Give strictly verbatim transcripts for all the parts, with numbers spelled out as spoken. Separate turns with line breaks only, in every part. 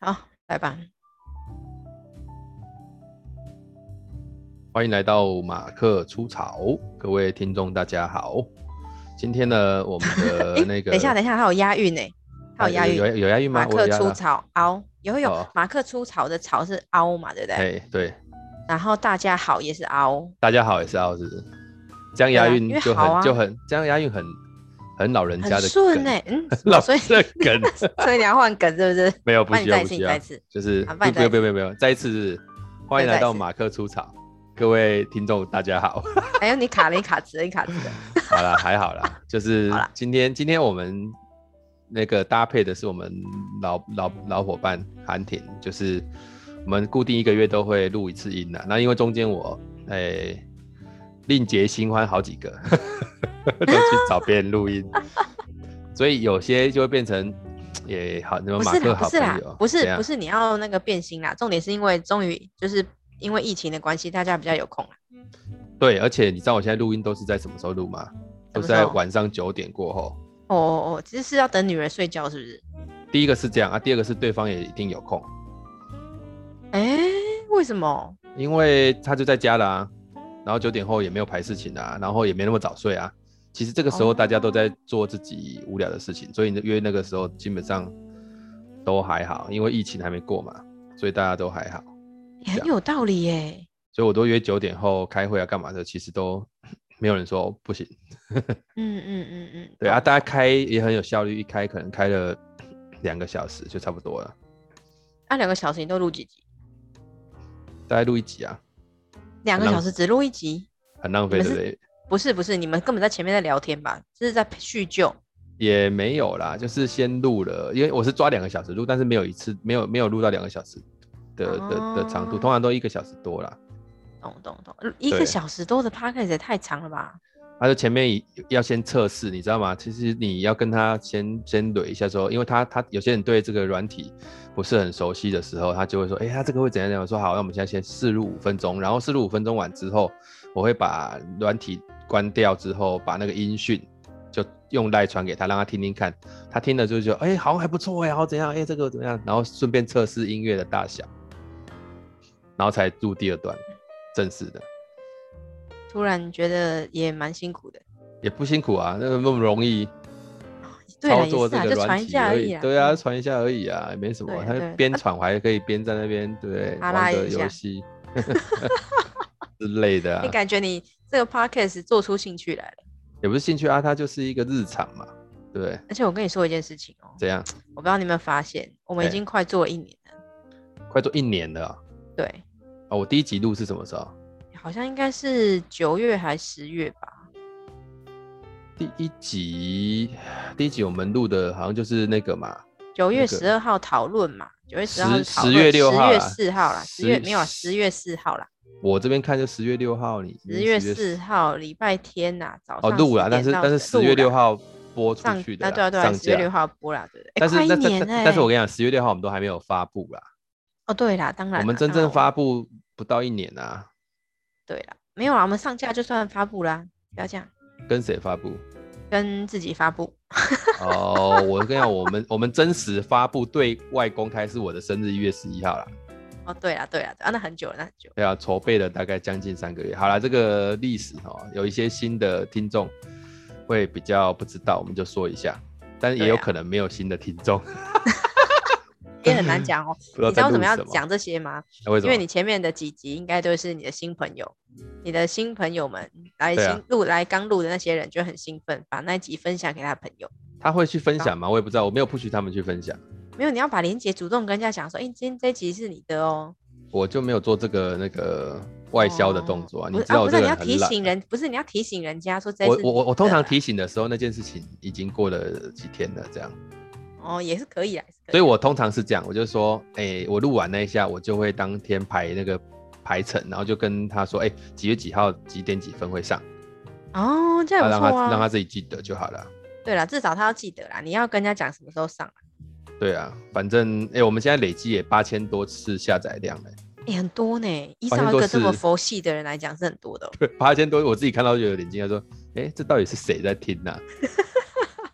好，来吧。
欢迎来到马克出草，各位听众大家好。今天呢，我们的
诶，等一下，
那个
等一下，还有押韵呢，还
啊，
有押韵。
有有有押韵吗？我有
马克出
押了
草凹，有有
哦。
马克出草的草是凹嘛，对不对？
嘿，对，
然后大家好也是凹，
大家好也是奥是这样押
对啊，因为
韵就
好啊，
很就很这样押韵很很老人
很
家的梗，
顺呢。嗯，什么？所以
老人家的梗
所以你要换梗是不是？
没有不需
帮你再一次，
要不需要，
你再一次
就是
啊，帮
不不
你再一次，
用不用不用，再一次是欢迎来
再再一次。
到马克出草，各位听众大家好。
哎呦，你卡了，你卡词了，你卡词了。
好啦，还好啦，就是
好啦，
今天今天我们那个搭配的是我们老老老伙伴韩婷，就是我们固定一个月都会录一次音啦。那因为中间我诶另结新欢好几个，都去找别人录音，所以有些就会变成也好，你们
不是啦，
马克好
不是啦，
朋友
不是
怎样？
不是你要那个变心啦。重点是因为终于就是因为疫情的关系，大家比较有空啦。
对，而且你知道我现在录音都是在什么时候录吗？都是在
什么时候？
晚上九点过后。
哦哦哦，其实是要等女人睡觉，是不是？
第一个是这样啊，第二个是对方也一定有空。
哎，为什么？
因为他就在家啦、啊，然后九点后也没有排事情啊，然后也没那么早睡啊。其实这个时候大家都
哦，
在做自己无聊的事情，所以约那个时候基本上都还好，因为疫情还没过嘛，所以大家都还好。
也
这样，
很有道理耶。
所以我都约九点后开会啊，干嘛的，其实都没有人说不行。
嗯嗯嗯嗯，
对啊，
懂懂。
大家开也很有效率，一开可能开了两个小时就差不多了，
那、两个小时你都录几集？
大概录一集啊，
两
很浪
个小时只录一集？
很浪费，
你们是
对不对？
不是不是？你们根本在前面在聊天吧？这是在叙旧。
也没有啦，就是先录了，因为我是抓两个小时录，但是没有一次没有没有录到两个小时的的的长度，通
哦，
常都一个小时多啦。
懂懂懂。一个
对，
小时多的 podcast 也太长了吧？
他就前面要先测试，你知道吗？其实你要跟他先先捋一下说，因为他他有些人对这个软体不是很熟悉的时候，他就会说，哎、他这个会怎样怎样？我说好，那我们现在先试录五分钟，然后试录五分钟完之后，我会把软体关掉之后，把那个音讯就用赖传给他，让他听听看。他听了就觉得，哎、好像还不错哎，然后怎样？哎、这个怎么样？然后顺便测试音乐的大小，然后才录第二段正式的。
突然觉得也蛮辛苦的。
也不辛苦啊，那那么容易
对了，也
操作
是啊，就
这个软
传一
体而已。
下而已啦。
对啊，
嗯，
传一下而已啊，也没什么。他
对对啊，
边传还可以边在那边对不对
哈
玩个
拉一下。
游戏之类的
你
啊，
感觉你这个 podcast 做出兴趣来了。
也不是兴趣啊，它就是一个日常嘛，对不对？
而且我跟你说一件事情哦，
这样，
我不知道你有没有发现，我们已
哎，
经快做了一年了。
快做一年了啊。
对，
哦我第一集录是什么时候？
好像应该是九月还十月吧。
第一集，第一集我们录的好像就是那个嘛，
九月
那个
十二号讨论嘛，九月十号
十
是讨论，
十月六
十月
号啦，
四号啦，十月
十
没有啊，十月四号啦，
我这边看就十月六号，你那边
十月
十月
四号礼拜天呐、早
哦
上十
录啦，但是
点到十
但是十月
录啦，
六号播出
上
去的啦，
啊对啊对啊，
上架。
十月六号播啦，对不对？哎，
但是
快一
但但但
年哎、
但是我跟你讲，十月六号我们都还没有发布啦，
哦对啦，当然啦，
我们真正
当然我
发布不到一年啊，
对啦，没有啦，我们上架就算发布啦，不要这样，
跟谁发布？
跟自己发布。
哦，我跟你讲，我们我们真实发布对外公开是我的生日一月十一号啦。
哦对啦对啦，啊那很久了，那很久了。
对啊，筹备了大概将近三个月。好啦，这个历史哦，有一些新的听众会比较不知道，我们就说一下，但也
对啊，
有可能没有新的听众，
也很难讲哦。
不知道
你知道为什么要
在录什么。
讲这些吗？
那为什么？
因为你前面的几集应该都是你的新朋友，你的新朋友们来
对啊，
新录来刚录的那些人就很兴奋，把那一集分享给他的朋友。
他会去分
然后
享吗？我也不知道，我没有 push 他们去分享。
没有，你要把连结主动跟人家讲说，哎、今天这一集是你的哦。
我就没有做这个那个外销的动作啊，
不是啊，
你知道我这个
不是你要
人很懒啊。
提醒人，不是你要提醒人家说这
我
是你
我我我通常
的啦
提醒的时候，那件事情已经过了几天了，这样，
哦，也是可以啦，也是可以啦。
所以我通常是这样，我就说，哎、我录完那一下，我就会当天排那个排程，然后就跟他说，哎、几月几号几点几分会上，
哦，这样
啊，让他
也不错啊。
让他自己记得就好了。
对啦，至少他要记得啦，你要跟人家讲什么时候上啦。
对啊，反正哎、我们现在累积也八千多次下载量了，
哎、很多呢，依
八千多
照一个这么
次，
佛系的人来讲是很多的、哦。
八千多，我自己看到就有点惊讶，说，哎、这到底是谁在听啊？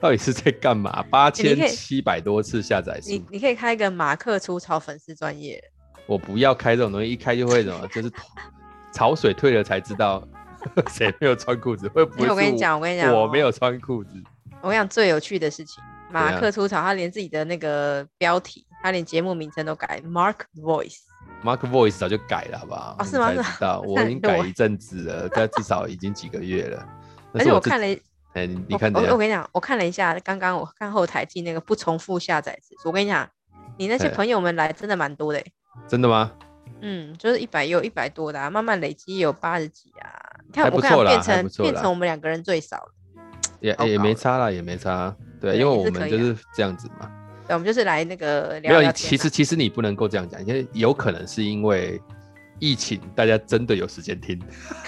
到底是在干嘛？八千七百多次下载数，
你你可以开一个马克出草粉丝专页。
我不要开这种东西，一开就会什么，就是潮水退了才知道谁没有穿裤子，会不会是 我,
我跟你讲，我跟你讲，
我没有穿裤子。
我跟你讲最有趣的事情，马克出草，他连自己的那个标题，他连节目名称都改 ，Mark Voice。Mark
Voice 早就改了，好不好？
哦，是吗？
你才知道，我已经改一阵子了，但至少已经几个月了。
而且我看了，
哎、欸，你看
我，我跟你讲，我看了一下，刚刚我看后台记那个不重复下载次数，我跟你讲，你那些朋友们来真的蛮多的、欸。
真的吗？
嗯，就是一百也有一百多的啊，慢慢累积也有八十几啊。你看，
我看
变成变成我们两个人最少了，
也也没差啦，也没差。对，因为我们就是这样子嘛。
对，我们就是来那个聊聊天、啊。没有，
其实其实你不能够这样讲，因为有可能是因为疫情，大家真的有时间听，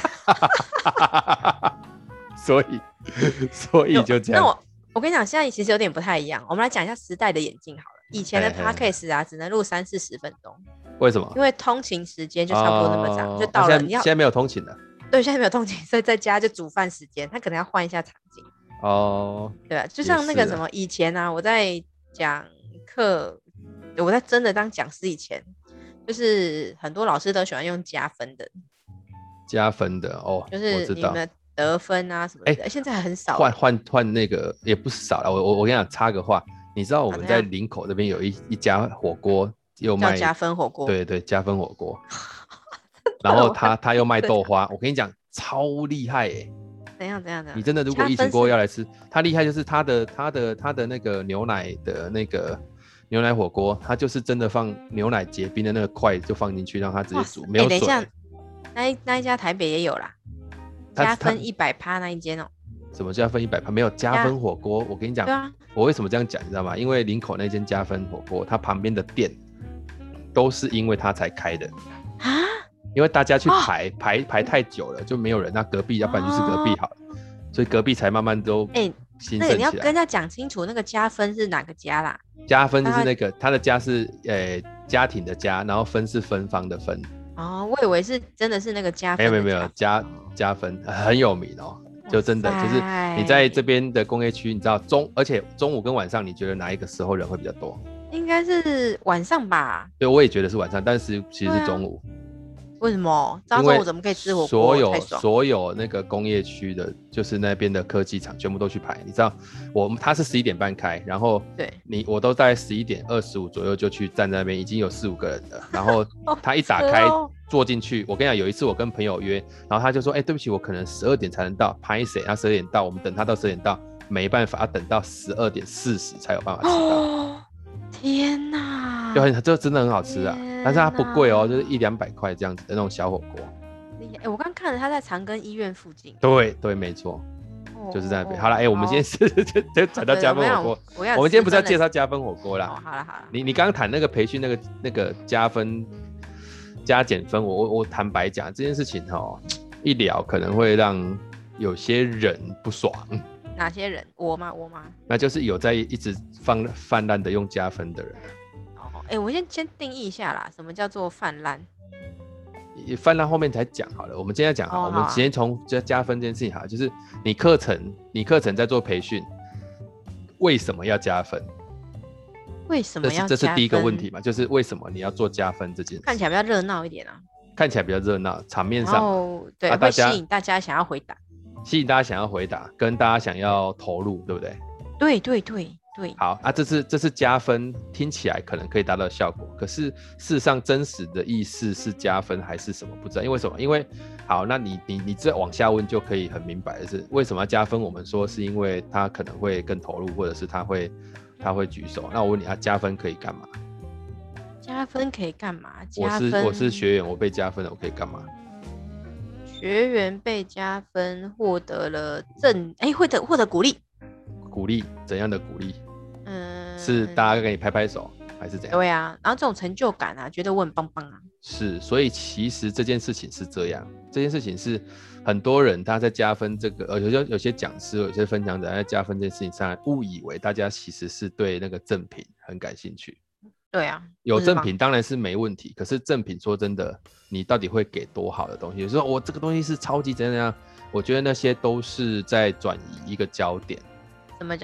所以所以就这样。
那我我跟你讲，现在其实有点不太一样。我们来讲一下时代的演进好了。以前的 podcast 啊，只能录三四十分钟。
为什么？
因为通勤时间就差不多那么长，哦、就到了。你要
现在没有通勤了。
对，现在没有通勤，所以在家就煮饭时间，他可能要换一下场景。
哦，
对吧？就像那个什么，以前啊，我在讲课，我在真的当讲师以前，就是很多老师都喜欢用加分的。
加分的哦，
就是你们得分啊什么的，哎、欸，现在很少。
换换换那个也不少了。我我我跟你讲，插个话，你知道我们在林口那边有一一家火锅，又卖
加分火锅，
对对，加分火锅。然后他他又卖豆花，我跟你讲，超厉害哎、欸！
怎样怎样的？
你真的如果疫情过后要来吃，他厉害就是他的他的他的那个牛奶的那个牛奶火锅，他就是真的放牛奶结冰的那个块就放进去，让它直接煮，没有水。
欸、等一下，那一那一家台北也有啦，加分一百趴那一间哦。
什么加分一百趴？没有加分火锅，我跟你讲，
啊、
我为什么这样讲，你知道吗？因为林口那间加分火锅，它旁边的店都是因为它才开的啊。因为大家去排、哦、排排太久了，就没有人，那隔壁要不然就是隔壁好了，哦、所以隔壁才慢慢都兴盛起来。
那个你要跟人家讲清楚，那个加分是哪个加啦？
加分就是那个他的加是呃家庭的加，然后分是分方的分。
哦，我以为是真的是那个加分的加。
没有没有没有加加分很有名哦，就真的就是你在这边的工业区，你知道中，而且中午跟晚上，你觉得哪一个时候人会比较多？
应该是晚上吧。
对，我也觉得是晚上，但是其实是中午。
为什么？早中午怎么可以吃火锅？
所有所有那个工业区的，就是那边的科技厂，全部都去排。你知道，我们他是十一点半开，然后
对
你我都在十一点二十五左右就去站在那边，已经有四五个人了。然后他一打开、哦、坐进去，我跟你讲，有一次我跟朋友约，然后他就说：“哎、欸，对不起，我可能十二点才能到，拍谁？他十二点到，我们等他到十二点到，没办法，要等到十二点四十才有办法吃到。哦”
天哪！
就很这真的很好吃啊，但是它不贵哦，就是一两百块这样子的那种小火锅。
哎、欸，我刚看了，他在长庚医院附近。
对对，没错，哦、就是在那边。好了，哎、欸，我们今天是就转到加分火锅。
我,
我们今天不是要介绍加分火锅啦。
哦，好了好了。
你你刚刚谈那个培训那个那个加分加减分，我我坦白讲这件事情哦，一聊可能会让有些人不爽。
哪些人？我吗？我吗？
那就是有在一直放泛滥的用加分的人。
哦，哎、欸，我先先定义一下啦，什么叫做泛滥？
泛滥后面才讲好了，我们今天讲好，哦、我们先从加加分这件事情好了，就是你课程你课程在做培训，为什么要加分？
为什么要加分？
这是这是第一个问题嘛，就是为什么你要做加分这件事？
看起来比较热闹一点啊。看
起来比较热闹，场面上，
哦，对，啊、会吸引大家想要回答。
吸引大家想要回答，跟大家想要投入，对不对？
对对对对。
好啊，这是这是加分，听起来可能可以达到效果，可是事实上真实的意思是加分还是什么？不知道，因为什么？因为好，那你你你再往下问就可以很明白的是，为什么要加分？我们说是因为他可能会更投入，或者是他会他会举手。那我问你啊，加分可以干嘛？
加分可以干嘛？
我是我是学员，我被加分了，我可以干嘛？
学员被加分，获得了正哎，获得获得鼓励，
鼓励怎样的鼓励？嗯，是大家给你拍拍手，还是怎样？
对啊，然后这种成就感啊，觉得我很棒棒啊。
是，所以其实这件事情是这样，这件事情是很多人他在加分这个，呃，有些有些讲师、有些分享者在加分这件事情上，误以为大家其实是对那个赠品很感兴趣。
对啊，
有赠品当然是没问题，可是赠品说真的，你到底会给多好的东西？有时候我这个东西是超级怎样怎样，我觉得那些都是在转移一个焦点。
什么焦点？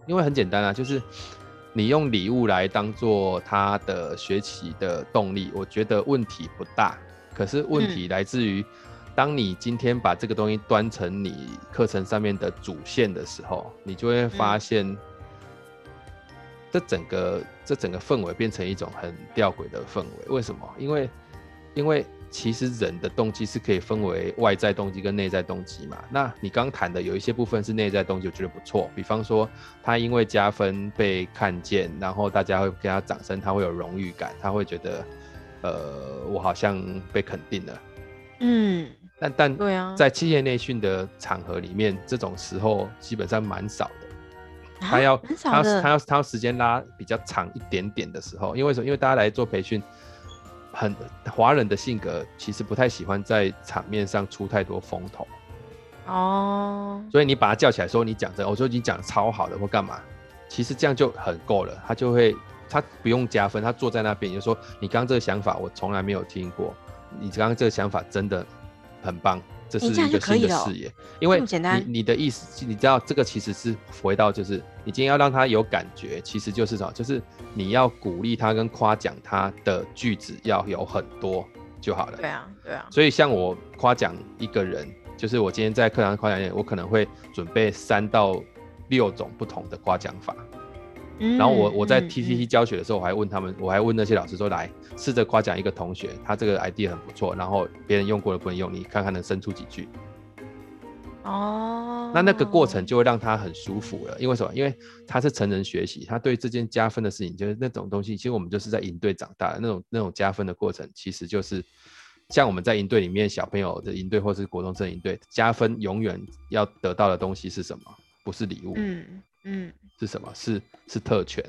因为很简单啊，就是你用礼物来当做他的学习的动力，我觉得问题不大。可是问题来自于，当你今天把这个东西端成你课程上面的主线的时候，你就会发现，这整个这整个氛围变成一种很吊诡的氛围。为什么？因为因为其实人的动机是可以分为外在动机跟内在动机嘛。那你刚谈的有一些部分是内在动机，我觉得不错。比方说，他因为加分被看见，然后大家会给他掌声，他会有荣誉感，他会觉得，呃，我好像被肯定了。嗯，但但
对啊，
在企业内训的场合里面，这种时候基本上蛮少的。他要、啊、他要他要他要时间拉比较长一点点的时候，因为什么？因为大家来做培训，很华人的性格其实不太喜欢在场面上出太多风头。哦，所以你把他叫起来说你讲这，我说你讲超好的或干嘛，其实这样就很够了，他就会他不用加分，他坐在那边就说你刚刚这个想法我从来没有听过，你刚刚这个想法真的很棒。这是一个新的视野，因为 你, 你的意思，你知道这个其实是回到就是你今天要让他有感觉，其实就是什么？就是你要鼓励他跟夸奖他的句子要有很多就好了。
对啊，对啊。
所以像我夸奖一个人，就是我今天在课堂上夸奖人，我可能会准备三到六种不同的夸奖法。嗯、然后我我在 T T T 教学的时候，我还问他们，我还问那些老师说，来试着夸奖一个同学，他这个 idea 很不错，然后别人用过的不能用，你看看能生出几句。哦，那那个过程就会让他很舒服了，因为什么？因为他是成人学习，他对这件加分的事情，就是那种东西，其实我们就是在营队长大的那种那种加分的过程，其实就是像我们在营队里面小朋友的营队或是国中生营队，加分永远要得到的东西是什么？不是礼物。嗯。嗯，是什么？是是特权。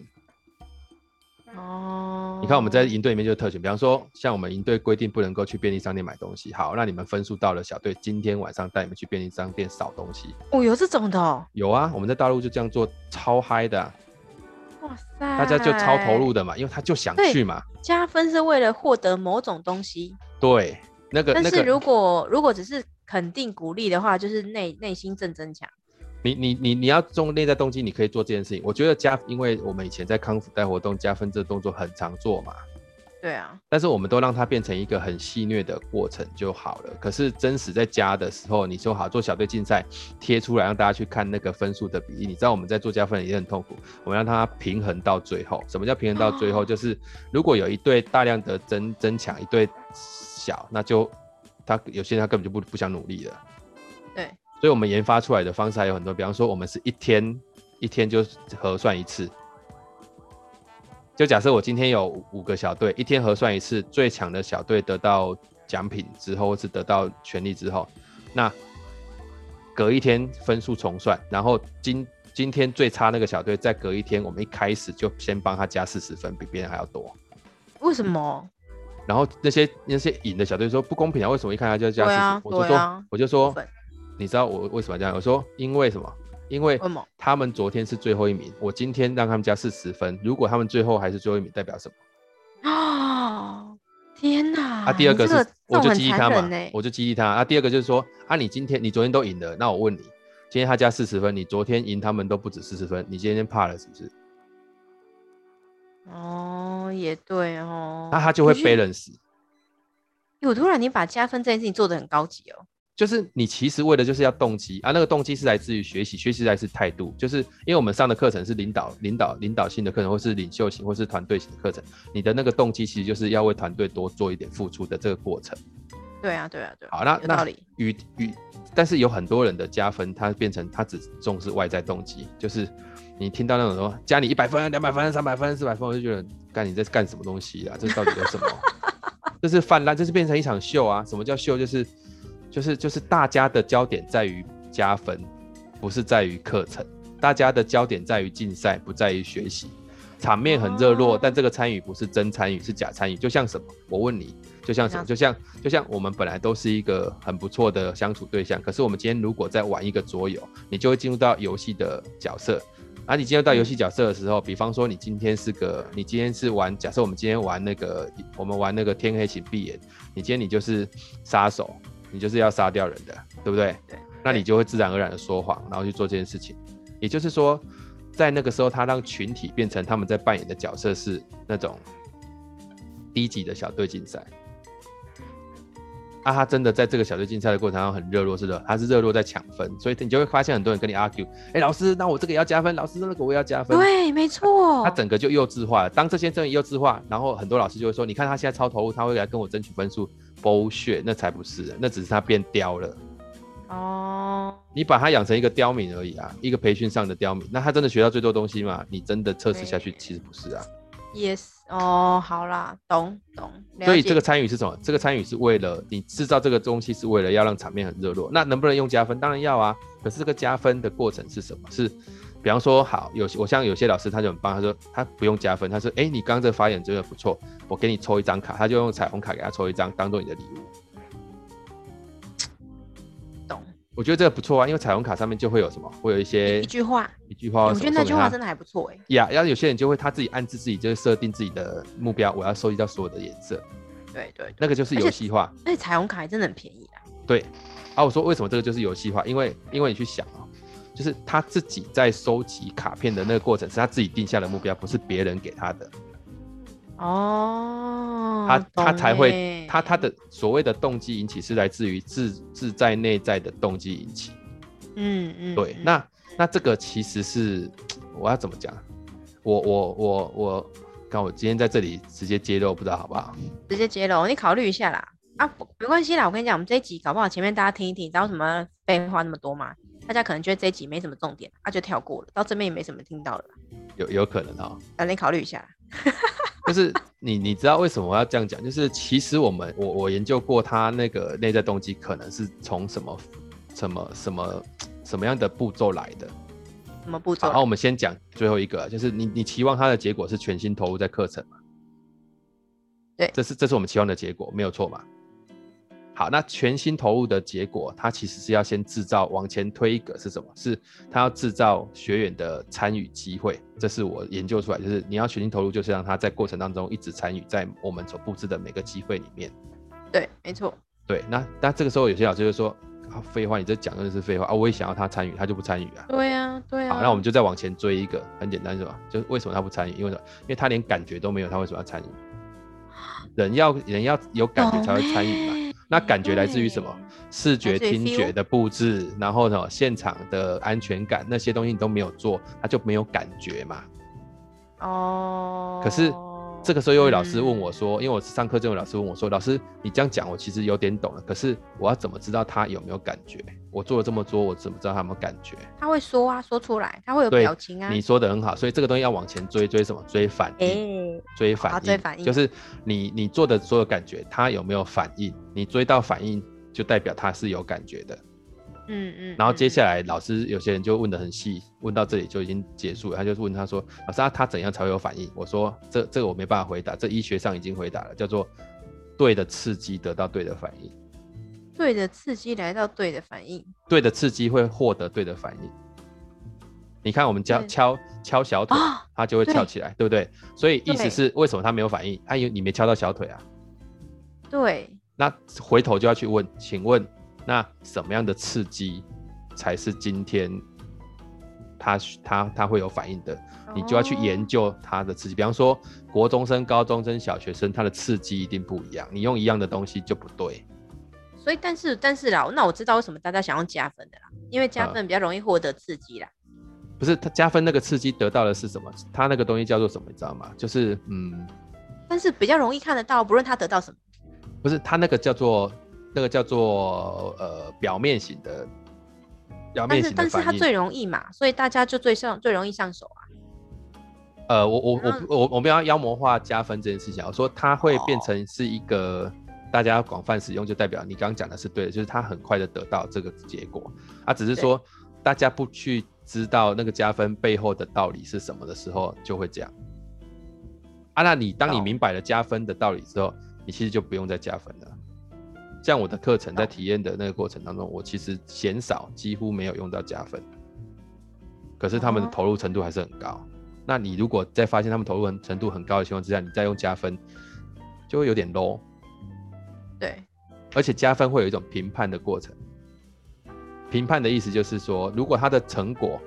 哦，你看我们在营队里面就是特权，比方说像我们营队规定不能够去便利商店买东西，好，那你们分数到了，小队今天晚上带你们去便利商店扫东西。
哦，有这种的哦？
有啊，我们在大陆就这样做，超嗨的、啊。哇塞，大家就超投入的嘛，因为他就想去嘛。
加分是为了获得某种东西。
对，那个。
但是如果、那个、如果只是肯定鼓励的话，就是内内心正增强。
你你你你要重内在动机，你可以做这件事情。我觉得加，因为我们以前在康复带活动，加分这个动作很常做嘛。
对啊。但
是我们都让它变成一个很戏谑的过程就好了。可是真实在加的时候，你说好做小队竞赛，贴出来让大家去看那个分数的比例。你知道我们在做加分也很痛苦，我们让它平衡到最后。什么叫平衡到最后？哦、就是如果有一队大量的增增强，一队小，那就他有些人他根本就不不想努力了。
对。
所以我们研发出来的方式还有很多，比方说我们是一天一天就核算一次，就假设我今天有五个小队，一天核算一次，最强的小队得到奖品之后，或是得到权利之后，那隔一天分数重算，然后今今天最差那个小队再隔一天，我们一开始就先帮他加四十分，比别人还要多。
为什么？
然后那些那些赢的小队说不公平啊，为什么一看他就要加四十、啊？我就说、啊、我就说。你知道我为什么这样？我说因为什么？因为他们昨天是最后一名，我今天让他们加四十分。如果他们最后还是最后一名，代表什么？
哦，天哪！
啊，第二个是我就激励他嘛，我就激励他。啊，第二个就是说啊，你今天你昨天都赢了，那我问你，今天他加四十分，你昨天赢他们都不止四十分，你今天怕了是不是？
哦，也对哦。
那他就会balance。
我突然你把加分这件事情做得很高级哦。
就是你其实为的就是要动机啊，那个动机是来自于学习，学习来自态度，就是因为我们上的课程是领导、领导、领导性的课程，或是领袖型，或是团队型的课程，你的那个动机其实就是要为团队多做一点付出的这个过程。
对啊，对啊，对啊。
好，那那与与，但是有很多人的加分，他变成他只重视外在动机，就是你听到那种说加你一百分、两百分、三百分、四百分，我就觉得干你在干什么东西啊？这到底有什么？这是泛滥，这是变成一场秀啊！什么叫秀？就是就是就是大家的焦点在于加分，不是在于课程。大家的焦点在于竞赛，不在于学习。场面很热络，但这个参与不是真参与，是假参与。就像什么？我问你，就像什么？就像就像我们本来都是一个很不错的相处对象，可是我们今天如果在玩一个桌游，你就会进入到游戏的角色。而、啊、你进入到游戏角色的时候，比方说你今天是个，你今天是玩，假设我们今天玩那个，我们玩那个天黑请闭眼，你今天你就是杀手，你就是要杀掉人的，对不对？对。那你就会自然而然的说谎，然后去做这件事情。也就是说， 在那个时候他让群体变成他们在扮演的角色是那种低级的小队竞赛。啊，他真的在这个小队竞赛的过程中很热络，是的，他是热络在抢分，所以你就会发现很多人跟你 argue， 哎、欸，老师，那我这个也要加分，老师那个我也要加分，
对，没错，
他整个就幼稚化了。当这些真的幼稚化，然后很多老师就会说，你看他现在超投入，他会来跟我争取分数 ，bullshit， 那才不是，那只是他变刁了。哦，你把他养成一个刁民而已啊，一个培训上的刁民，那他真的学到最多东西吗？你真的测试下去，其实不是啊。
Yes， 哦，好啦，懂懂。
所以这个参与是什么？这个参与是为了你制造这个东西，是为了要让场面很热络。那能不能用加分？当然要啊。可是这个加分的过程是什么？是，比方说，好，有我像有些老师他就很棒，他说他不用加分，他说，哎、欸，你刚刚这个发言真的不错，我给你抽一张卡，他就用彩虹卡给他抽一张，当做你的礼物。
懂。
我觉得这个不错啊，因为彩虹卡上面就会有什么，会有一些
一句话，
一句话。
我觉得那句话真的还不错哎、欸。
呀，然后有些人就会他自己暗自自己就是设定自己的目标，我要收集到所有的颜色。
对 对, 对，
那个就是游戏化。
而且彩虹卡还真的很便宜啊。
对。啊，我说为什么这个就是游戏化？因为因为你去想哦，就是他自己在收集卡片的那个过程是他自己定下的目标，不是别人给他的。
哦，
他他才会他他的所谓的动机引起是来自于自自在内在的动机引起。
嗯嗯，
对，
嗯
那那这个其实是我要怎么讲？我我我我，看我今天在这里直接揭露，不知道好不好？
直接揭露，你考虑一下啦。啊，没关系啦，我跟你讲，我们这一集搞不好前面大家听一听，你知道什么废话那么多吗？大家可能觉得这一集没什么重点，啊就跳过了，到这边也没什么听到了。
有有可能哦，
啊，你考虑一下。
就是你你知道为什么我要这样讲？就是其实我们我我研究过他那个内在动机可能是从什么什么什么什么样的步骤来的。
什么步骤？
好，我们先讲最后一个，就是你你期望他的结果是全心投入在课程嘛？
对，
这是这是我们期望的结果，没有错嘛？好，那全心投入的结果，它其实是要先制造往前推一个是什么？是他要制造学员的参与机会，这是我研究出来，就是你要全心投入，就是让他在过程当中一直参与在我们所布置的每个机会里面。
对，没错。
对，那那这个时候有些老师就说。啊，废话，你这讲的是废话啊！我也想要他参与，他就不参与啊。
对啊，对啊。
好，那我们就再往前追一个，很简单是吧？就是为什么他不参与？因为什么？因为他连感觉都没有，他为什么要参与？人要人要有感觉才会参与嘛。那感觉来自于什么？视觉、听觉的布置，然后呢，现场的安全感那些东西你都没有做，他就没有感觉嘛。哦。可是。这个时候又有老师问我说、嗯、因为我上课就有老师问我说，老师你这样讲我其实有点懂了，可是我要怎么知道他有没有感觉？我做了这么多，我怎么知道他有没有感觉？
他会说啊，说出来，他会有表情啊。
你说的很好，所以这个东西要往前追，追什么？追反应，欸、追反应，追反应，就是你你做的所有感觉，他有没有反应？你追到反应，就代表他是有感觉的。嗯嗯，然后接下来老师有些人就问得很细，问到这里就已经结束了。他就问他说：“老师，啊、他怎样才会有反应？”我说：“这这个我没办法回答，这医学上已经回答了，叫做对的刺激得到对的反应。
对的刺激来到对的反应，
对的刺激会获得对的反应。你看我们敲敲敲小腿，哦、它就会翘起来， 对, 对不对？所以意思是为什么他没有反应？啊，因为你没敲到小腿啊。
对。那
回头就要去问，请问。”那什么样的刺激才是今天他他他会有反应的？你就要去研究他的刺激。比方说，国中生、高中生、小学生，他的刺激一定不一样。你用一样的东西就不对。
所以，但是但是啦，那我知道为什么大家想用加分的啦，因为加分比较容易获得刺激啦。
呃、不是，他加分那个刺激得到的是什么？他那个东西叫做什么？你知道吗？就是嗯，
但是比较容易看得到，不论他得到什么。
不是，他那个叫做。那个叫做呃表面型的，表面型的反应，
但是但是它最容易嘛，所以大家就最上最容易上手啊。
呃，我我我我我们要妖魔化加分这件事情，我说它会变成是一个大家广泛使用，就代表你刚刚讲的是对的，就是它很快的得到这个结果，啊，只是说大家不去知道那个加分背后的道理是什么的时候，就会这样。啊，那你当你明白了加分的道理之后，你其实就不用再加分了。像我的课程在体验的那个过程当中，我其实鲜少几乎没有用到加分，可是他们的投入程度还是很高。那你如果再发现他们投入程度很高的情况之下，你再用加分，就会有点 low。
对，
而且加分会有一种评判的过程。评判的意思就是说，如果他的成果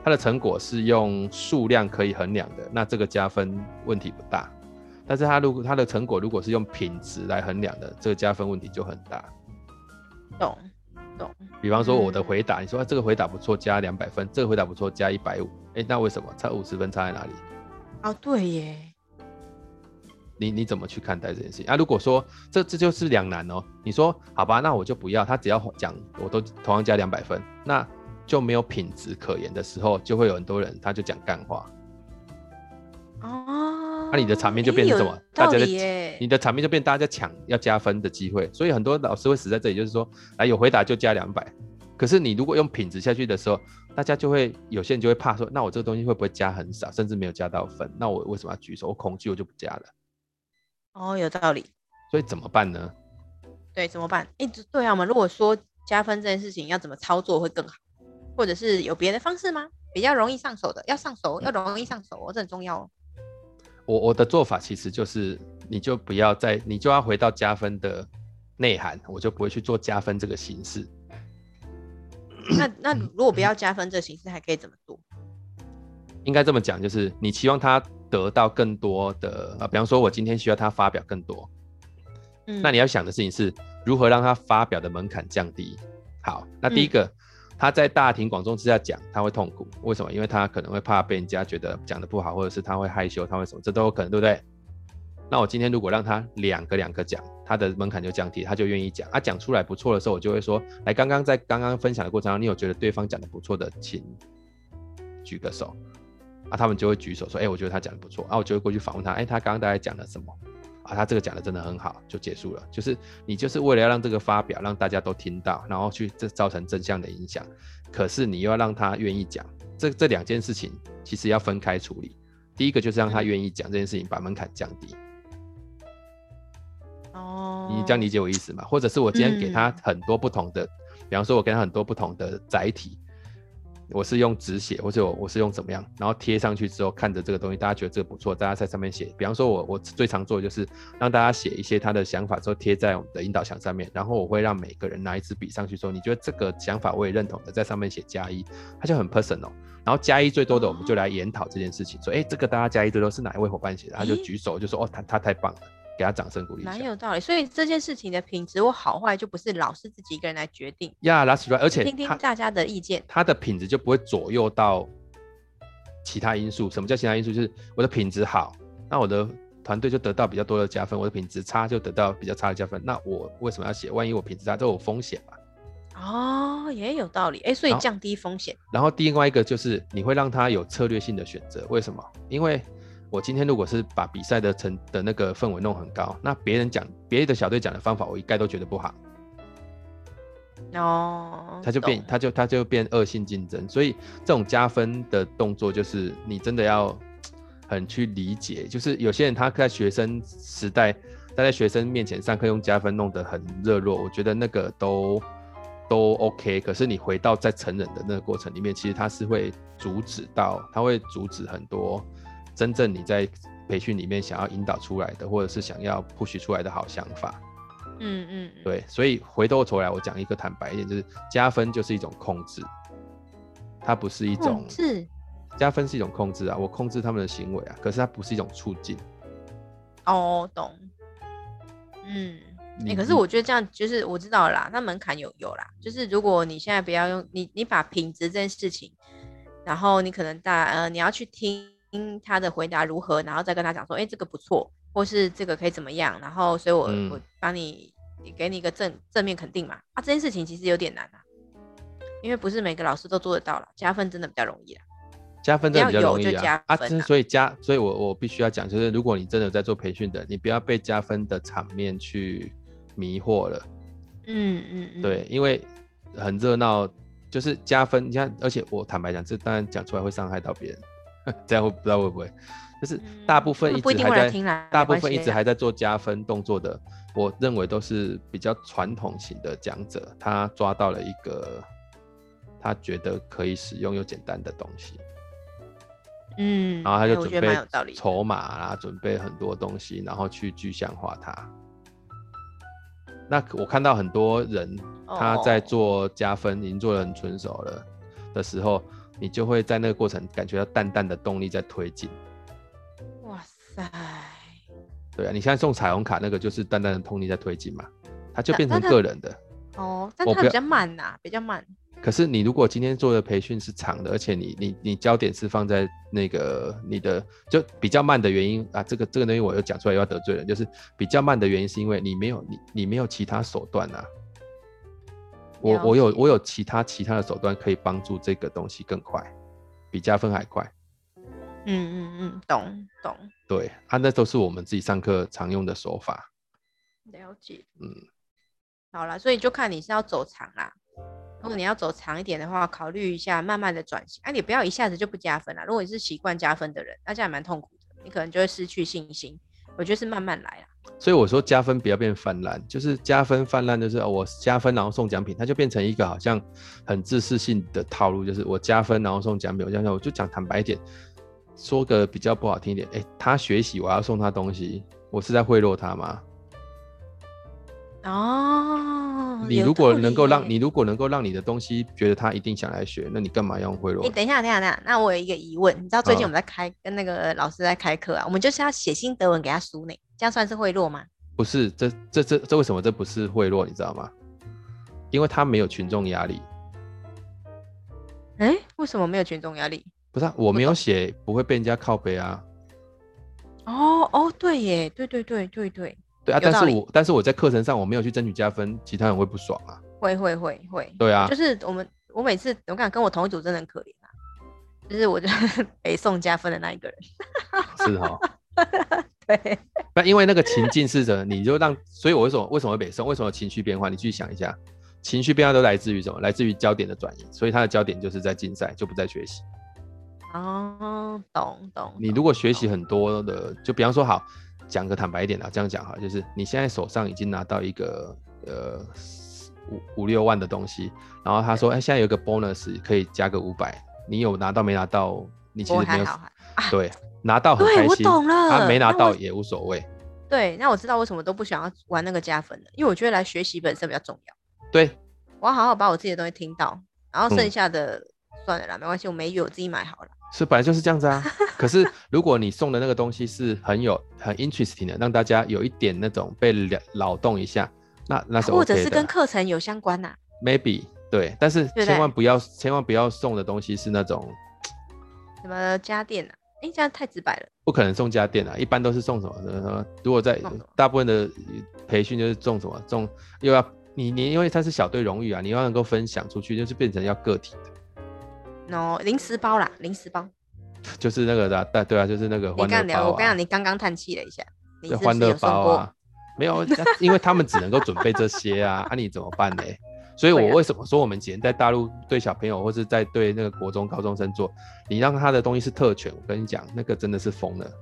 他的成果是用数量可以衡量的，那这个加分问题不大。但是他如果他的成果如果是用品质来衡量的，这个加分问题就很大。
懂懂。
比方说我的回答，嗯、你说、啊、这个回答不错，加两百分；这个回答不错，加一百五。哎，那为什么差五十分差在哪里？
哦，对耶。
你你怎么去看待这件事情啊？如果说这这就是两难哦。你说好吧，那我就不要，他只要讲我都同样加两百分，那就没有品质可言的时候，就会有很多人他就讲干话。
哦，
那、啊、你的场面就变成什么？大家在你的场面就变大家抢要加分的机会，所以很多老师会死在这里，就是说，来有回答就加两百。可是你如果用品质下去的时候，大家就会有些人就会怕说，那我这个东西会不会加很少，甚至没有加到分？那我为什么要举手？我恐惧，我就不加了。
哦，有道理。
所以怎么办呢？
对，怎么办？哎，对啊，我们如果说加分这件事情要怎么操作会更好，或者是有别的方式吗？比较容易上手的，要上手，要容易上手，这很重要哦。
我我的做法其实就是，你就不要再，你就要回到加分的内涵，我就不会去做加分这个形式。
那那如果不要加分这个形式，还可以怎么做？
应该这么讲，就是你期望他得到更多的，呃，比方说我今天需要他发表更多，嗯，那你要想的事情是如何让他发表的门槛降低。好，那第一个。嗯，他在大庭广众之下讲，他会痛苦，为什么？因为他可能会怕被人家觉得讲得不好，或者是他会害羞，他会什么，这都有可能，对不对？那我今天如果让他两个两个讲，他的门槛就降低，他就愿意讲。啊，讲出来不错的时候，我就会说，来，刚刚在刚刚分享的过程中，你有觉得对方讲得不错的，请举个手。啊，他们就会举手说，哎、欸，我觉得他讲得不错。啊，我就会过去访问他，哎、欸，他刚刚大概讲了什么？啊，他这个讲的真的很好，就结束了。就是你就是为了要让这个发表让大家都听到，然后去这造成正向的影响，可是你又要让他愿意讲，这这两件事情其实要分开处理。第一个就是让他愿意讲这件事情，把门槛降低。哦，你这样理解我意思吗？或者是我今天给他很多不同的，嗯、比方说我给他很多不同的载体。我是用纸写，或者我是用怎么样，然后贴上去之后，看着这个东西，大家觉得这个不错，大家在上面写。比方说我我最常做的就是让大家写一些他的想法之后贴在我们的引导墙上面，然后我会让每个人拿一支笔上去说，你觉得这个想法我也认同的，在上面写加一，它就很 personal。然后加一最多的，我们就来研讨这件事情，说，哎，这个大家加一最多是哪一位伙伴写的？他就举手就说，哦，他他太棒了。给他掌声鼓励一下，
蛮有道理。所以这件事情的品质或好坏，就不是老师自己一个人来决定。
呀、yeah, ，that's right。而且
听听大家的意见，
他的品质就不会左右到其他因素。什么叫其他因素？就是我的品质好，那我的团队就得到比较多的加分；我的品质差，就得到比较差的加分。那我为什么要写？万一我品质差，这有风险嘛？哦，
也有道理。哎，所以降低风险。
然后另外一个就是你会让他有策略性的选择。为什么？因为我今天如果是把比赛的成的那个氛围弄很高，那别人讲别的小队讲的方法，我一概都觉得不好。哦，他就变，他就他就变恶性竞争。所以这种加分的动作，就是你真的要很去理解。就是有些人他在学生时代，他在学生面前上课用加分弄得很热络，我觉得那个都都 OK。可是你回到在成人的那个过程里面，其实他是会阻止到，他会阻止很多。真正你在培训里面想要引导出来的，或者是想要 push 出来的好想法，嗯嗯，对，所以回过头来我讲一个坦白一点，就是加分就是一种控制，它不是一种控制，加分是一种控制啊，我控制他们的行为啊，可是它不是一种促进。
哦，懂，嗯，欸、可是我觉得这样就是我知道了啦，那门槛有有啦，就是如果你现在不要用你你把品质这件事情，然后你可能大呃你要去听。听他的回答如何，然后再跟他讲说，哎、欸，这个不错，或是这个可以怎么样，然后所以我、嗯、我帮你给你一个正正面肯定嘛。啊，这件事情其实有点难啊，因为不是每个老师都做得到啦，加分真的比较容易啦。
加分真的比较容易啊，
要有就加分啊。
啊所以加，所以我我必须要讲，就是如果你真的在做培训的，你不要被加分的场面去迷惑了。嗯嗯嗯，对，因为很热闹，就是加分。你看，而且我坦白讲，这当然讲出来会伤害到别人。这样会不知道会不会，就是大部分一直还在、嗯、大部分一直还在做加分动作的，我认为都是比较传统型的讲者，他抓到了一个他觉得可以使用又简单的东西，嗯，然后他就准备筹码啦，准备很多东西，然后去具象化它。那我看到很多人他在做加分，已经做得很纯熟了的时候。 你就会在那个过程感觉到淡淡的动力在推进。
哇塞！
对啊，你现在送彩虹卡那个就是淡淡的动力在推进嘛，它就变成个人的。
哦，但它比较慢呐、啊，比较慢。
可是你如果今天做的培训是长的，而且你你你焦点是放在那个你的就比较慢的原因啊，这个这个东西我又讲出来又要得罪人，就是比较慢的原因是因为你没有你你没有其他手段啊。我我有我有其他其他的手段可以帮助这个东西更快，比加分还快。
嗯嗯嗯，懂懂。
对啊，那都是我们自己上课常用的手法。
了解。
嗯，
好啦，所以就看你是要走长啦。如果你要走长一点的话，考虑一下慢慢的转型。啊，你不要一下子就不加分啦。如果你是习惯加分的人，那这样蛮痛苦的，你可能就会失去信心。我觉得是慢慢来啦。
所以我说加分不要变泛滥，就是加分泛滥就是、哦、我加分然后送奖品，它就变成一个好像很自私性的套路，就是我加分然后送奖品。我这样我就讲坦白一点，说个比较不好听一点，哎，他学习我要送他东西，我是在贿赂他吗？
哦，
你如果能够让你如果能够让你的东西觉得他一定想来学，那你干嘛要用贿赂？
哎，等一下，等一下，等一下，那我有一个疑问，你知道最近我们在开、哦、跟那个老师在开课啊，我们就是要写心得文给他输呢，这样算是贿赂吗？
不是，这这这这为什么这不是贿赂？你知道吗？因为他没有群众压力。
哎，为什么没有群众压力？
不是、啊，我没有写，不会被人家靠背啊。
哦哦，对耶，对对对对对。
对啊，但是我但是我在课程上我没有去争取加分，其他人会不爽啊。
会会会会。
对啊，
就是我们我每次我敢跟我同一组真的很可怜啊，就是我就是北宋加分的那一个人。
是哈、
哦。对。
那因为那个情境是什么，你就让，所以我为什么为什么会北宋？为什么情绪变化？你去想一下，情绪变化都来自于什么？来自于焦点的转移，所以他的焦点就是在竞赛，就不在学习。
哦，懂懂。
你如果学习很多的，就比方说好。讲个坦白一点啊，这样讲哈，就是你现在手上已经拿到一个呃五五六万的东西，然后他说，哎、欸，现在有个 bonus 可以加个五百，你有拿到没拿到？你其实没有，啊、对，拿到很开心，
对，我懂了，
他没拿到也无所谓。
对，那我知道为什么都不想要玩那个加分的，因为我觉得来学习本身比较重要。
对，
我要好好把我自己的东西听到，然后剩下的、嗯、算了啦，没关系，我每月我自己买好了。
是本来就是这样子啊，可是如果你送的那个东西是很有很 interesting 的，让大家有一点那种被扰动一下，那那是 OK 的，
或者是跟课程有相关呐、啊、
，maybe 对，但是千万不要千万不要送的东西是那种
什么家电啊，哎，这样太直白了，
不可能送家电啊，一般都是送什么呢？如果在大部分的培训就是送什么送又要你你因为它是小队荣誉啊，你要能够分享出去，就是变成要个体的。
no 零食包啦，零食包，
就是那个的、啊，对啊，就是那个欢乐包、啊。
我刚刚你刚刚叹气了一下，你是不是
欢乐包啊，没有，因为他们只能够准备这些啊，啊你怎么办呢？所以我为什么说我们以前在大陆对小朋友或是在对那个国中高中生做，你让他的东西是特权，我跟你讲，那个真的是疯了。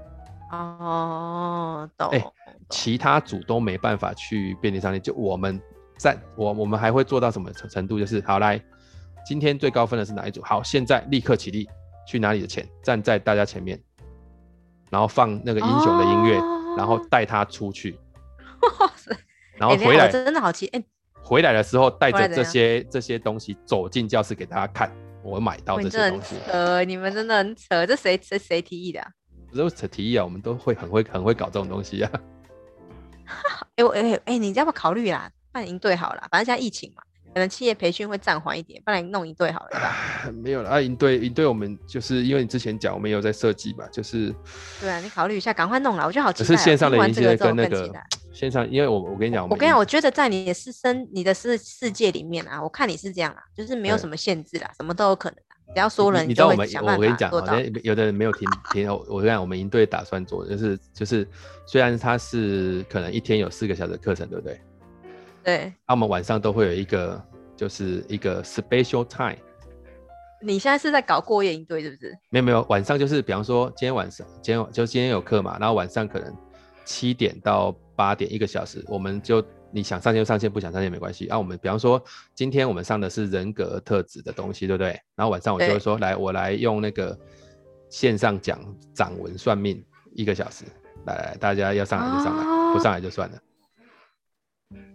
哦，懂。
哎、欸，其他组都没办法去便利商店，就我们在我我们还会做到什么程度？就是好来。今天最高分的是哪一组？好，现在立刻起立，去拿你的钱，站在大家前面，然后放那个英雄的音乐，哦、然后带他出去，然后回来，
欸、真的好奇，哎、欸，
回来的时候带着这些这些东西走进教室给大家看，我买到这些东西。
扯，你们真的很扯，这谁谁谁提议的、啊？
不是提议啊，我们都会很会很会搞这种东西啊。
哎我哎哎，你要不要考虑啦？办营队好了，反正现在疫情嘛。可能企业培训会暂缓一点，不然弄一队好了，对吧？
没有了啊，营队营队我们就是因为你之前讲我们有在设计嘛，就是
对啊，你考虑一下，赶快弄了，我觉得好期待、喔。
可是线上的营队跟那
个
线上，因为我我跟你讲，
我跟你讲，我觉得在你的世生你的世世界里面啊，我看你是这样啊，就是没有什么限制啦，什么都有可能啊，只要说了
你就会
想办法
我跟你讲，好像有的人没有听听，我跟你讲，我们营队打算做的就是就是虽然它是可能一天有四个小时的课程，对不对？
对。
那我们晚上都会有一个。就是一个 special time。
你现在是在搞过夜营队是不是？
没有没有，晚上就是比方说今天晚上，今天就今天有课嘛，然后晚上可能七点到八点一个小时，我们就你想上线就上线，不想上线没关系。啊，我们比方说今天我们上的是人格特质的东西，对不对？然后晚上我就会说，来我来用那个线上讲掌纹算命一个小时，来来大家要上来就上来，哦、不上来就算了。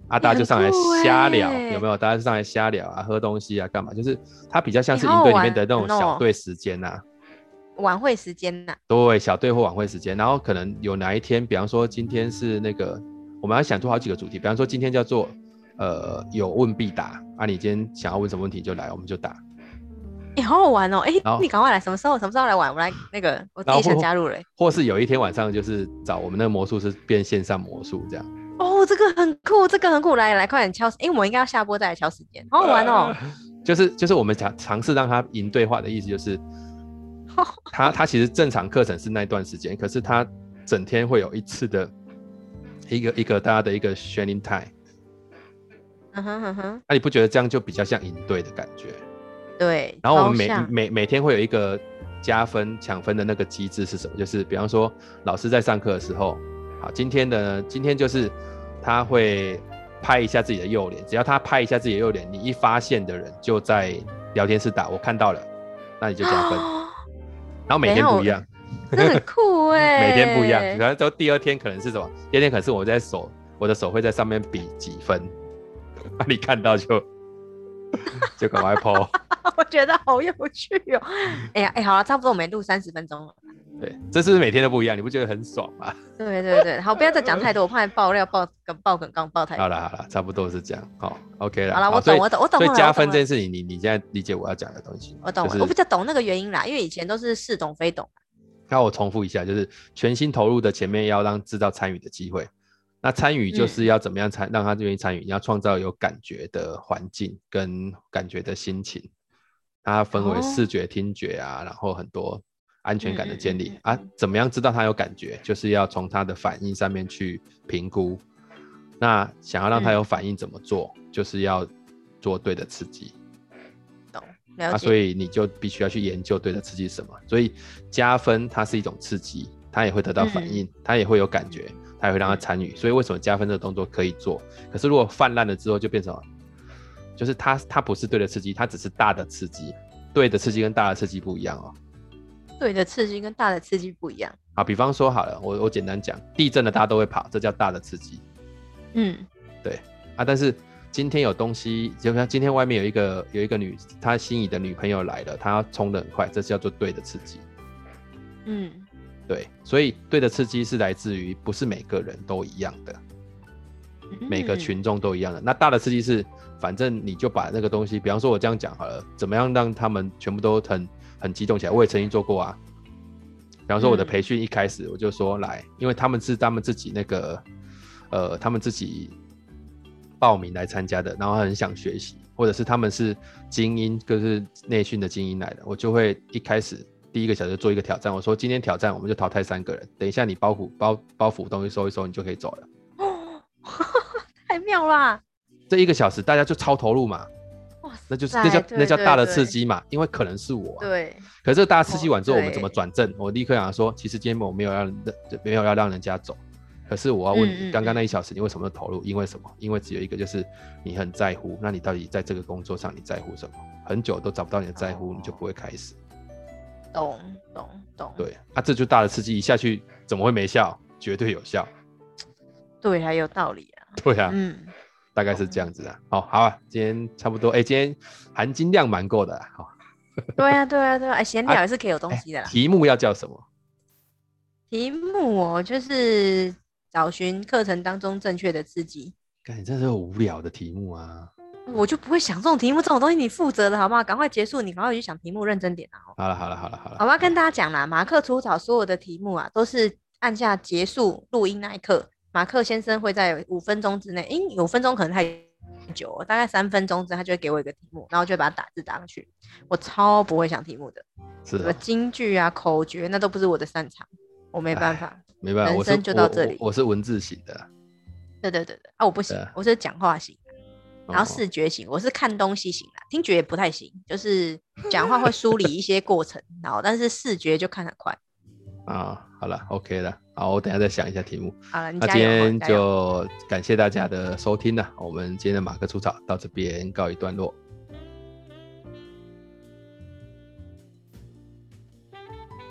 啊，大家就上来瞎聊，
欸、
有没有？大家就上来瞎聊啊，喝东西啊，干嘛？就是它比较像是营队里面的那种小队时间呐、啊，
晚会时间呐、啊。
对，小队或晚会时间，然后可能有哪一天，比方说今天是那个，我们要想出好几个主题，比方说今天叫做呃有问必答啊，你今天想要问什么问题就来，我们就答。
哎、欸，好好玩哦！哎、
欸，
你赶快来，什么时候什么时候来玩？我来那个，我自己想加入了、欸。
或是有一天晚上就是找我们那个魔术师变线上魔术这样。
哦，这个很酷，这个很酷，来来，快点敲！因为我们应该要下播再来敲时间，好好玩哦。
呃、就是就是我们尝尝试让他营队化的意思就是，他他其实正常课程是那段时间，可是他整天会有一次的一个一个大家的一个 sharing time。
嗯哼嗯哼。
那你不觉得这样就比较像营队的感觉？
对。
然后我们每每每天会有一个加分抢分的那个机制是什么？就是比方说老师在上课的时候，好，今天的今天就是他会拍一下自己的右脸，只要他拍一下自己的右脸，你一发现的人就在聊天室打我看到了，那你就加分。然后每天不一样，
真的很酷哎、
欸，每天不一样。可能就第二天可能是什么？第二天可能是我在手，我的手会在上面比几分，那你看到就就赶快 po。
我觉得好有趣哦！哎呀，哎，好了，差不多我们录三十分钟了。
对，这是不是每天都不一样？你不觉得很爽吗？
对对对，好，不要再讲太多，我怕爆料爆爆梗刚爆太多。
好了好了，差不多是这样。好 ，OK 了。
好了，我懂我懂我懂。
所以加分这件事情，你你现在理解我要讲的东西？
我懂了，
就是、
我比较懂那个原因啦，因为以前都是似懂非懂。
那我重复一下，就是全心投入的前面要让制造参与的机会。那参与就是要怎么样参、嗯、让他愿意参与？你要创造有感觉的环境跟感觉的心情。它分为视觉、听觉啊，然后很多安全感的建立、嗯嗯嗯嗯、啊。怎么样知道他有感觉？就是要从他的反应上面去评估。那想要让他有反应怎么做？嗯、就是要做对的刺激。
懂，了解。
啊，所以你就必须要去研究对的刺激是什么。所以加分它是一种刺激，他也会得到反应，他、嗯、也会有感觉，他也会让他参与。所以为什么加分这个动作可以做？可是如果泛滥了之后，就变成什么？就是它它不是对的刺激，它只是大的刺激。对的刺激跟大的刺激不一样哦。
对的刺激跟大的刺激不一样。
好，比方说好了，我我简单讲，地震了大家都会跑，这叫大的刺激。
嗯，
对啊。但是今天有东西，就像今天外面有一个有一个女，她心仪的女朋友来了，她要冲得很快，这叫做对的刺激。
嗯，
对，所以对的刺激是来自于不是每个人都一样的。每个群众都一样的。那大的刺激是，反正你就把那个东西，比方说我这样讲好了，怎么样让他们全部都很很激动起来？我也曾经做过啊。比方说我的培训一开始我就说来，因为他们是他们自己那个，呃，他们自己报名来参加的，然后很想学习，或者是他们是精英，就是内训的精英来的，我就会一开始第一个小时做一个挑战，我说今天挑战我们就淘汰三个人，等一下你包袱包包袱东西收一收，你就可以走了。
太妙啦！
这一个小时大家就超投入嘛，那就是那叫那叫大的刺激嘛，因为可能是我、啊。
对。
可是这个大的刺激完之后，我们怎么转正？我立刻想说，其实今天我没有要没有要让人家走，可是我要问你，刚刚那一小时你为什么投入？因为什么？因为只有一个，就是你很在乎。那你到底在这个工作上你在乎什么？很久都找不到你的在乎，你就不会开始。
懂懂懂。
对啊，这就大的刺激一下去，怎么会没效？绝对有效。
对，还有道理啊。
对啊，嗯，大概是这样子啊。好，好啊，今天差不多，哎、欸，今天含金量蛮够的啦。好，
对啊，对啊，对啊，闲聊也是可以有东西的啦、啊欸。
题目要叫什么？
题目哦，就是找寻课程当中正确的刺激。
干，你这是无聊的题目啊！
我就不会想这种题目，这种东西你负责的好不好？赶快结束，你赶快去想题目，认真点啊！
好了，好了，好了，好了。
我要跟大家讲啦，马克出草所有的题目啊，都是按下结束录音那一刻。马克先生会在五分钟之内，因为五分钟可能太久了，大概三分钟之后，他就会给我一个题目，然后就会把它打字打上去。我超不会想题目的，
是
什么金句啊、口诀，那都不是我的擅长，我没办法，
没办法，
人生就到这里。
我, 我, 我是文字型的，
对对对对，啊，我不行，我是讲话型，然后视觉型，我是看东西型的，听觉也不太行，就是讲话会梳理一些过程，然后但是视觉就看很快。
啊，好了 ，OK 了，好，我等一下再想一下题目。
好了，你
那今天就感谢大家的收听了，我们今天的马克出草到这边告一段落。